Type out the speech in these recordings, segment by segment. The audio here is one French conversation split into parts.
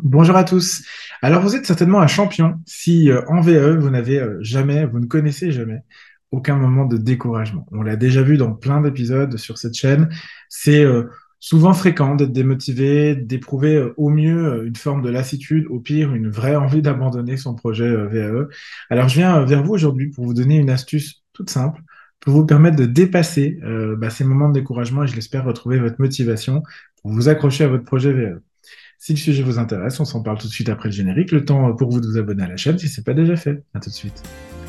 Bonjour à tous. Alors, vous êtes certainement un champion si en VAE, vous ne connaissez jamais aucun moment de découragement. On l'a déjà vu dans plein d'épisodes sur cette chaîne. C'est souvent fréquent d'être démotivé, d'éprouver au mieux une forme de lassitude, au pire une vraie envie d'abandonner son projet VAE. Alors, je viens vers vous aujourd'hui pour vous donner une astuce toute simple pour vous permettre de dépasser ces moments de découragement et je l'espère retrouver votre motivation pour vous accrocher à votre projet VAE. Si le sujet vous intéresse, on s'en parle tout de suite après le générique. Le temps pour vous de vous abonner à la chaîne si ce n'est pas déjà fait. À tout de suite.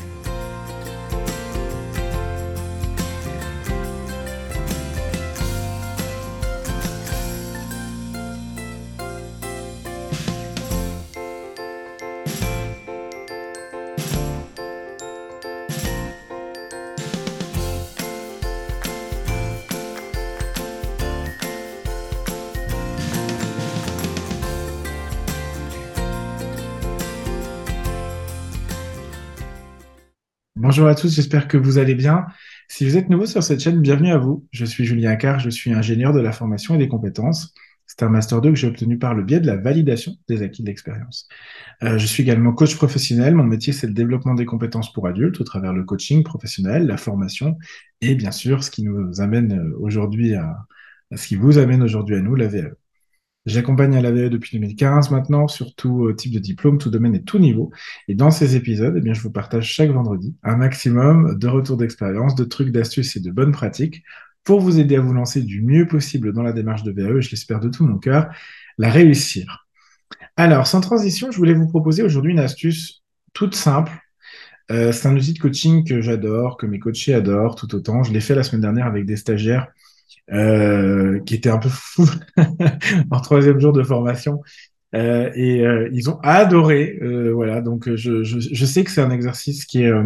Bonjour à tous, j'espère que vous allez bien. Si vous êtes nouveau sur cette chaîne, bienvenue à vous. Je suis Julien Accard, je suis ingénieur de la formation et des compétences. C'est un Master 2 que j'ai obtenu par le biais de la validation des acquis de l'expérience. Je suis également coach professionnel. Mon métier, c'est le développement des compétences pour adultes au travers le coaching professionnel, la formation et bien sûr ce qui nous amène aujourd'hui à ce qui vous amène aujourd'hui à nous, la VAE. J'accompagne à l'AVE depuis 2015 maintenant, sur tout type de diplôme, tout domaine et tout niveau. Et dans ces épisodes, eh bien, je vous partage chaque vendredi un maximum de retours d'expérience, de trucs, d'astuces et de bonnes pratiques pour vous aider à vous lancer du mieux possible dans la démarche de VAE, et je l'espère de tout mon cœur, la réussir. Alors, sans transition, je voulais vous proposer aujourd'hui une astuce toute simple. C'est un outil de coaching que j'adore, que mes coachés adorent tout autant. Je l'ai fait la semaine dernière avec des stagiaires qui étaient un peu fous en troisième jour de formation. Ils ont adoré. Voilà, donc je sais que c'est un exercice qui est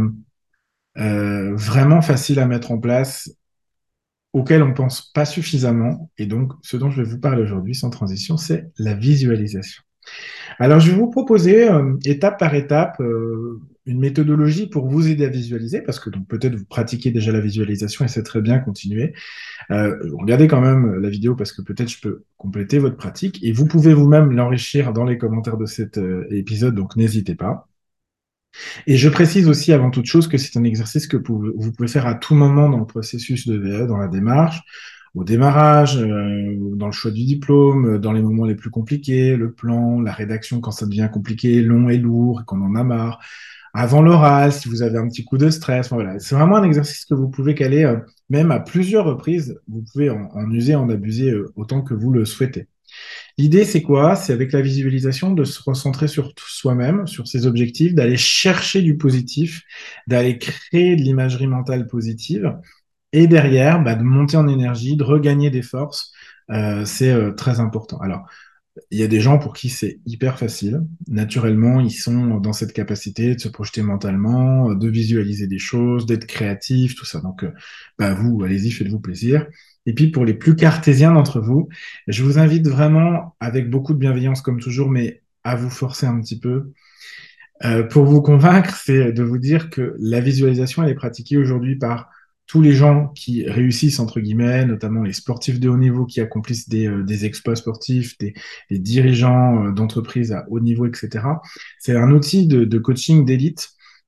vraiment facile à mettre en place, auquel on pense pas suffisamment. Et donc, ce dont je vais vous parler aujourd'hui, sans transition, c'est la visualisation. Alors, je vais vous proposer étape par étape une méthodologie pour vous aider à visualiser, parce que donc peut-être vous pratiquez déjà la visualisation et c'est très bien, continuer. Regardez quand même la vidéo parce que peut-être je peux compléter votre pratique et vous pouvez vous-même l'enrichir dans les commentaires de cet épisode, donc n'hésitez pas. Et je précise aussi avant toute chose que c'est un exercice que vous pouvez faire à tout moment dans le processus de VE, dans la démarche, au démarrage, dans le choix du diplôme, dans les moments les plus compliqués, le plan, la rédaction quand ça devient compliqué, long et lourd, et qu'on en a marre, avant l'oral, si vous avez un petit coup de stress. Voilà. C'est vraiment un exercice que vous pouvez caler même à plusieurs reprises. Vous pouvez en user, en abuser autant que vous le souhaitez. L'idée, c'est quoi? C'est avec la visualisation de se recentrer sur soi-même, sur ses objectifs, d'aller chercher du positif, d'aller créer de l'imagerie mentale positive et derrière, de monter en énergie, de regagner des forces. C'est très important. Alors, il y a des gens pour qui c'est hyper facile. Naturellement, ils sont dans cette capacité de se projeter mentalement, de visualiser des choses, d'être créatifs, tout ça. Donc, vous, allez-y, faites-vous plaisir. Et puis, pour les plus cartésiens d'entre vous, je vous invite vraiment, avec beaucoup de bienveillance comme toujours, mais à vous forcer un petit peu. Pour vous convaincre, c'est de vous dire que la visualisation, elle est pratiquée aujourd'hui par tous les gens qui réussissent, entre guillemets, notamment les sportifs de haut niveau qui accomplissent des exploits sportifs, des dirigeants d'entreprises à haut niveau, etc. C'est un outil de coaching d'élite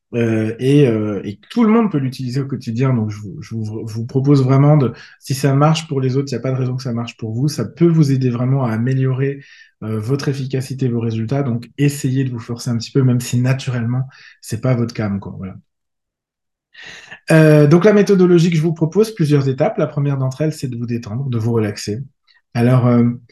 et tout le monde peut l'utiliser au quotidien. Donc, je vous propose vraiment si ça marche pour les autres, il n'y a pas de raison que ça marche pour vous. Ça peut vous aider vraiment à améliorer votre efficacité, vos résultats. Donc, essayez de vous forcer un petit peu, même si naturellement, c'est pas votre cam, quoi. Voilà. Donc la méthodologie que je vous propose, plusieurs étapes. La première d'entre elles, c'est de vous détendre, de vous relaxer. Alors,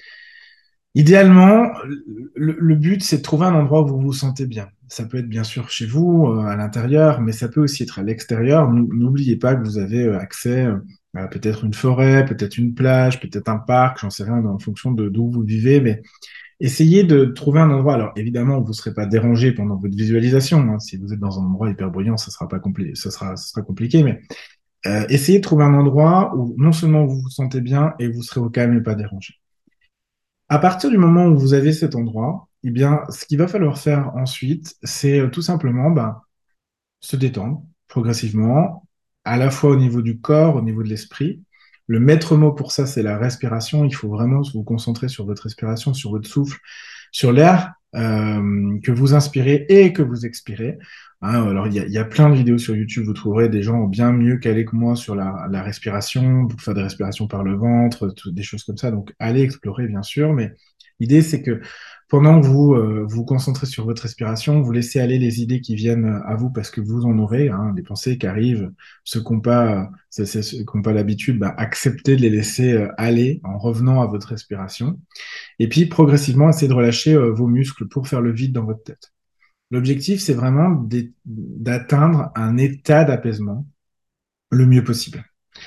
idéalement, le but, c'est de trouver un endroit où vous vous sentez bien. Ça peut être bien sûr chez vous, à l'intérieur, mais ça peut aussi être à l'extérieur. N'oubliez pas que vous avez accès à peut-être une forêt, peut-être une plage, peut-être un parc, j'en sais rien, en fonction de d'où vous vivez, mais essayez de trouver un endroit. Alors, évidemment, vous ne serez pas dérangé pendant votre visualisation, hein. Si vous êtes dans un endroit hyper bruyant, ça sera pas compliqué, ça sera compliqué, mais essayez de trouver un endroit où non seulement vous vous sentez bien et vous serez au calme et pas dérangé. À partir du moment où vous avez cet endroit, eh bien, ce qu'il va falloir faire ensuite, c'est tout simplement se détendre progressivement, à la fois au niveau du corps, au niveau de l'esprit. Le maître mot pour ça, c'est la respiration. Il faut vraiment vous concentrer sur votre respiration, sur votre souffle, sur l'air que vous inspirez et que vous expirez. Hein, alors, il y a plein de vidéos sur YouTube, vous trouverez des gens bien mieux calés que moi sur la respiration, pour faire des respirations par le ventre, des choses comme ça. Donc, allez explorer, bien sûr, mais l'idée, c'est que pendant que vous vous concentrez sur votre respiration, vous laissez aller les idées qui viennent à vous parce que vous en aurez, hein, des pensées qui arrivent, ceux ceux qui n'ont pas l'habitude, bah, acceptez de les laisser aller en revenant à votre respiration. Et puis, progressivement, essayez de relâcher vos muscles pour faire le vide dans votre tête. L'objectif, c'est vraiment d'atteindre un état d'apaisement le mieux possible.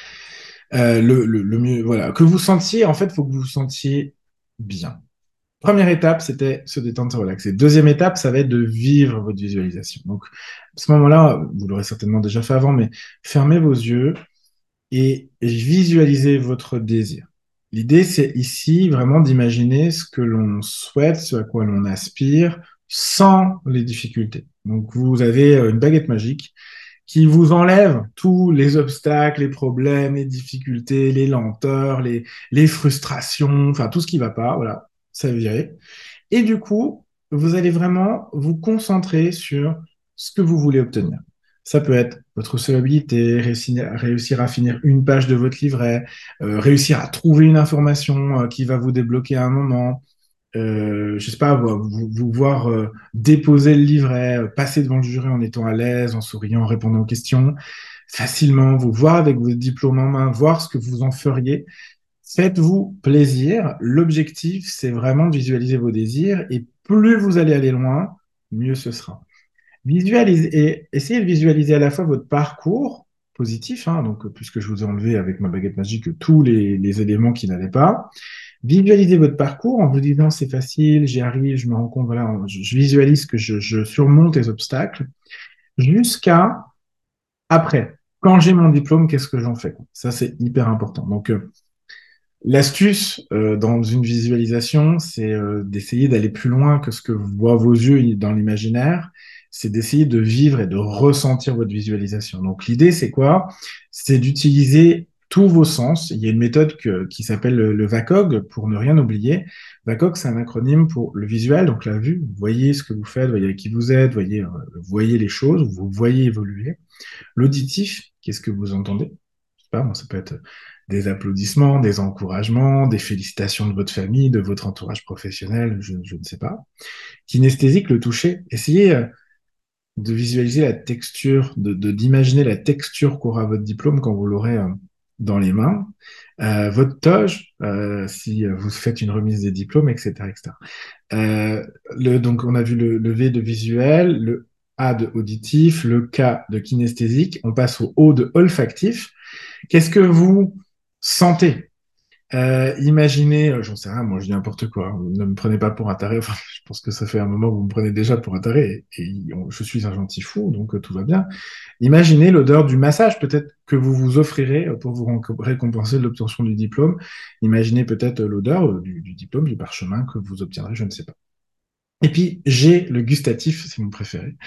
Le mieux, voilà. Que vous sentiez, en fait, il faut que vous vous sentiez bien. Première étape, c'était se détendre, se relaxer. Deuxième étape, ça va être de vivre votre visualisation. Donc, à ce moment-là, vous l'aurez certainement déjà fait avant, mais fermez vos yeux et visualisez votre désir. L'idée, c'est ici vraiment d'imaginer ce que l'on souhaite, ce à quoi l'on aspire, sans les difficultés. Donc, vous avez une baguette magique qui vous enlève tous les obstacles, les problèmes, les difficultés, les lenteurs, les frustrations, enfin tout ce qui ne va pas, voilà, ça virait. Et du coup, vous allez vraiment vous concentrer sur ce que vous voulez obtenir. Ça peut être votre solvabilité, réussir à finir une page de votre livret, réussir à trouver une information qui va vous débloquer à un moment, je sais pas, vous voir déposer le livret, passer devant le jury en étant à l'aise, en souriant, en répondant aux questions, facilement, vous voir avec votre diplôme en main, voir ce que vous en feriez. Faites-vous plaisir. L'objectif, c'est vraiment de visualiser vos désirs et plus vous allez aller loin, mieux ce sera. Visualisez et essayez de visualiser à la fois votre parcours positif, hein, donc puisque je vous ai enlevé avec ma baguette magique tous les éléments qui n'allaient pas. Visualisez votre parcours en vous disant c'est facile, j'y arrive, je me rends compte, voilà, je visualise que je surmonte les obstacles jusqu'à après. Quand j'ai mon diplôme, qu'est-ce que j'en fais? Ça, c'est hyper important. Donc, l'astuce dans une visualisation, c'est d'essayer d'aller plus loin que ce que voient vos yeux dans l'imaginaire. C'est d'essayer de vivre et de ressentir votre visualisation. Donc l'idée, c'est quoi? C'est d'utiliser tous vos sens. Il y a une méthode qui s'appelle le VACOG pour ne rien oublier. VACOG, c'est un acronyme pour le visuel, donc la vue. Vous voyez ce que vous faites, vous voyez avec qui vous êtes, voyez les choses, vous voyez évoluer. L'auditif, qu'est-ce que vous entendez? Je sais pas, moi, ça peut être des applaudissements, des encouragements, des félicitations de votre famille, de votre entourage professionnel, je ne sais pas. Kinesthésique, le toucher. Essayez de visualiser la texture, d'imaginer la texture qu'aura votre diplôme quand vous l'aurez dans les mains. Votre toge, si vous faites une remise des diplômes, etc., etc. Donc, on a vu le V de visuel, le A de auditif, le K de kinesthésique. On passe au O de olfactif. Qu'est-ce que vous sentez? Imaginez, j'en sais rien, moi je dis n'importe quoi, hein. Ne me prenez pas pour un taré, enfin, je pense que ça fait un moment que vous me prenez déjà pour un taré, je suis un gentil fou, donc tout va bien. Imaginez l'odeur du massage, peut-être que vous vous offrirez pour vous récompenser de l'obtention du diplôme. Imaginez peut-être l'odeur du diplôme, du parchemin que vous obtiendrez, je ne sais pas. Et puis, G, le gustatif, c'est mon préféré.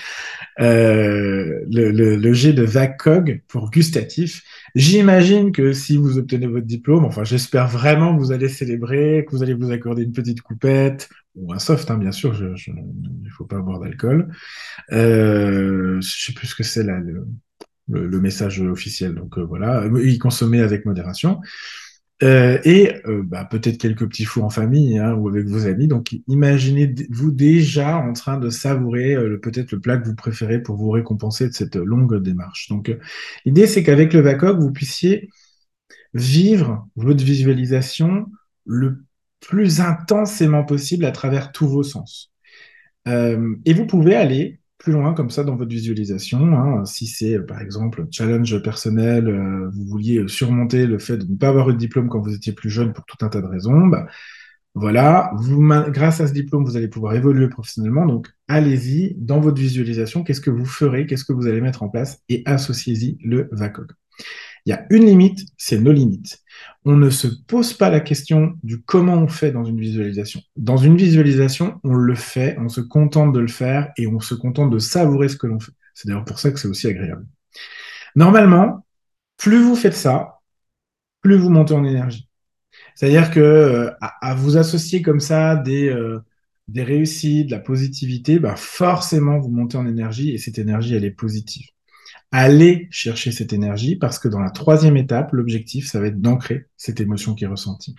Le G de VACOG pour gustatif. J'imagine que si vous obtenez votre diplôme, enfin j'espère vraiment que vous allez célébrer, que vous allez vous accorder une petite coupette, ou un soft, hein, bien sûr, il ne faut pas boire d'alcool. Je sais plus ce que c'est là, le message officiel, donc voilà, y consommer avec modération. Bah, peut-être quelques petits fous en famille hein, ou avec vos amis. Donc, imaginez-vous déjà en train de savourer peut-être le plat que vous préférez pour vous récompenser de cette longue démarche. Donc, l'idée, c'est qu'avec le VACOG, vous puissiez vivre votre visualisation le plus intensément possible à travers tous vos sens. Et vous pouvez aller plus loin comme ça dans votre visualisation. Hein. Si c'est, par exemple, challenge personnel, vous vouliez surmonter le fait de ne pas avoir eu de diplôme quand vous étiez plus jeune pour tout un tas de raisons, bah, voilà, grâce à ce diplôme, vous allez pouvoir évoluer professionnellement. Donc, allez-y dans votre visualisation. Qu'est-ce que vous ferez? Qu'est-ce que vous allez mettre en place? Et associez-y le VACOG. Il y a une limite, c'est nos limites. On ne se pose pas la question du comment on fait dans une visualisation. Dans une visualisation, on le fait, on se contente de le faire et on se contente de savourer ce que l'on fait. C'est d'ailleurs pour ça que c'est aussi agréable. Normalement, plus vous faites ça, plus vous montez en énergie. C'est-à-dire que à vous associer comme ça des réussites, de la positivité, bah forcément, vous montez en énergie et cette énergie, elle est positive. Allez chercher cette énergie parce que dans la troisième étape, l'objectif, ça va être d'ancrer cette émotion qui est ressentie.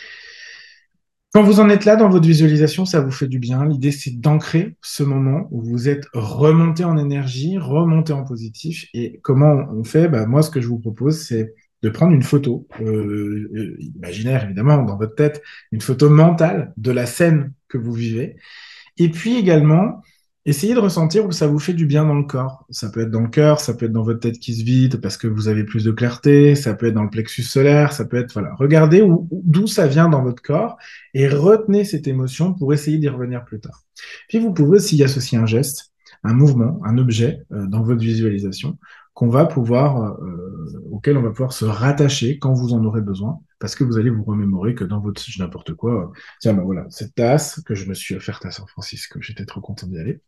Quand vous en êtes là dans votre visualisation, ça vous fait du bien. L'idée, c'est d'ancrer ce moment où vous êtes remonté en énergie, remonté en positif. Et comment on fait? Bah, moi, ce que je vous propose, c'est de prendre une photo, imaginaire évidemment, dans votre tête, une photo mentale de la scène que vous vivez. Et puis également, essayez de ressentir où ça vous fait du bien dans le corps. Ça peut être dans le cœur, ça peut être dans votre tête qui se vide parce que vous avez plus de clarté, ça peut être dans le plexus solaire, ça peut être, voilà. Regardez d'où ça vient dans votre corps et retenez cette émotion pour essayer d'y revenir plus tard. Puis vous pouvez aussi y associer un geste, un mouvement, un objet dans votre visualisation qu'on va pouvoir, auquel on va pouvoir se rattacher quand vous en aurez besoin, parce que vous allez vous remémorer que dans votre, n'importe quoi, tiens, ben voilà, cette tasse que je me suis offerte à San Francisco, j'étais trop content d'y aller.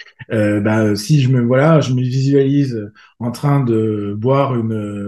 Si voilà, je me visualise en train de boire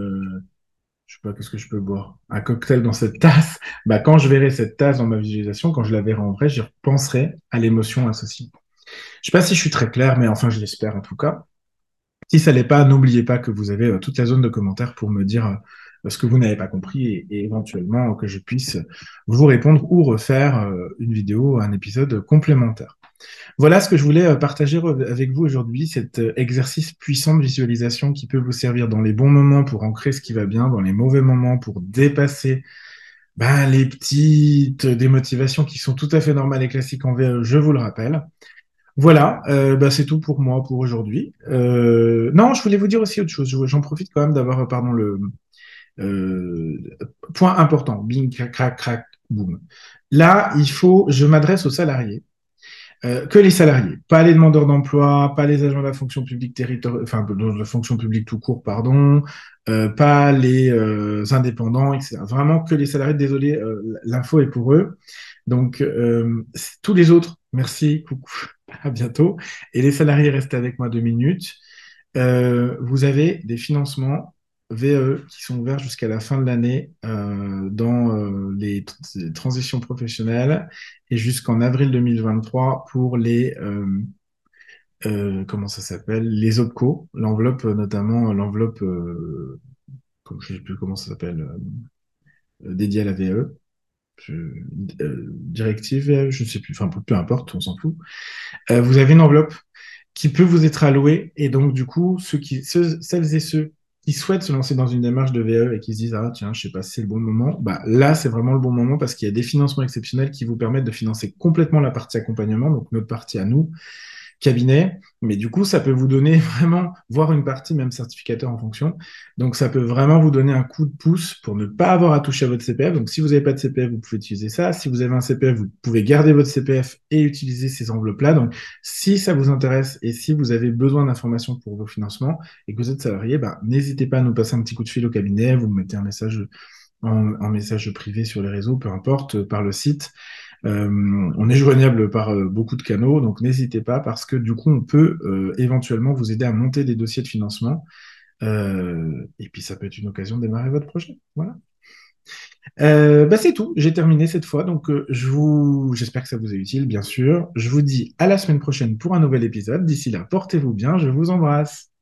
je sais pas, qu'est-ce que je peux boire? Un cocktail dans cette tasse. Bah, quand je verrai cette tasse dans ma visualisation, quand je la verrai en vrai, j'y repenserai à l'émotion associée. Je sais pas si je suis très clair, mais enfin, je l'espère en tout cas. Si ça l'est pas, n'oubliez pas que vous avez toute la zone de commentaires pour me dire ce que vous n'avez pas compris et éventuellement que je puisse vous répondre ou refaire une vidéo, un épisode complémentaire. Voilà ce que je voulais partager avec vous aujourd'hui, cet exercice puissant de visualisation qui peut vous servir dans les bons moments pour ancrer ce qui va bien, dans les mauvais moments pour dépasser les petites démotivations qui sont tout à fait normales et classiques en VE, je vous le rappelle. Voilà, c'est tout pour moi pour aujourd'hui. Non, je voulais vous dire aussi autre chose. J'en profite quand même d'avoir, pardon, le euh, point important. Bing, crac, crac, crac, boum. Là, je m'adresse aux salariés. Que les salariés, pas les demandeurs d'emploi, pas les agents de la fonction publique territoriale, enfin de la fonction publique tout court, pardon, pas les indépendants, etc. Vraiment que les salariés. Désolé, l'info est pour eux. Donc tous les autres, merci, coucou, à bientôt. Et les salariés, restez avec moi 2 minutes. Vous avez des financements VE qui sont ouverts jusqu'à la fin de l'année dans les transitions professionnelles et jusqu'en avril 2023 pour comment ça s'appelle, les OPCO, l'enveloppe notamment l'enveloppe, je ne sais plus comment ça s'appelle, dédiée à la VE. Je- directive, je ne sais plus, enfin peu importe, on s'en fout. Vous avez une enveloppe qui peut vous être alloué. Et donc, du coup, celles et ceux qui souhaitent se lancer dans une démarche de VE et qui se disent, ah, tiens, je sais pas si c'est le bon moment, bah, là, c'est vraiment le bon moment parce qu'il y a des financements exceptionnels qui vous permettent de financer complètement la partie accompagnement, donc notre partie à nous, cabinet, mais du coup, ça peut vous donner vraiment, voire une partie même certificateur en fonction. Donc, ça peut vraiment vous donner un coup de pouce pour ne pas avoir à toucher à votre CPF. Donc, si vous n'avez pas de CPF, vous pouvez utiliser ça. Si vous avez un CPF, vous pouvez garder votre CPF et utiliser ces enveloppes-là. Donc, si ça vous intéresse et si vous avez besoin d'informations pour vos financements et que vous êtes salarié, bah, n'hésitez pas à nous passer un petit coup de fil au cabinet. Vous me mettez un message en message privé sur les réseaux, peu importe, par le site. On est joignable par beaucoup de canaux, donc n'hésitez pas parce que du coup, on peut éventuellement vous aider à monter des dossiers de financement. Et puis, ça peut être une occasion de démarrer votre projet. Voilà. C'est tout. J'ai terminé cette fois. Donc, j'espère que ça vous est utile, bien sûr. Je vous dis à la semaine prochaine pour un nouvel épisode. D'ici là, portez-vous bien. Je vous embrasse.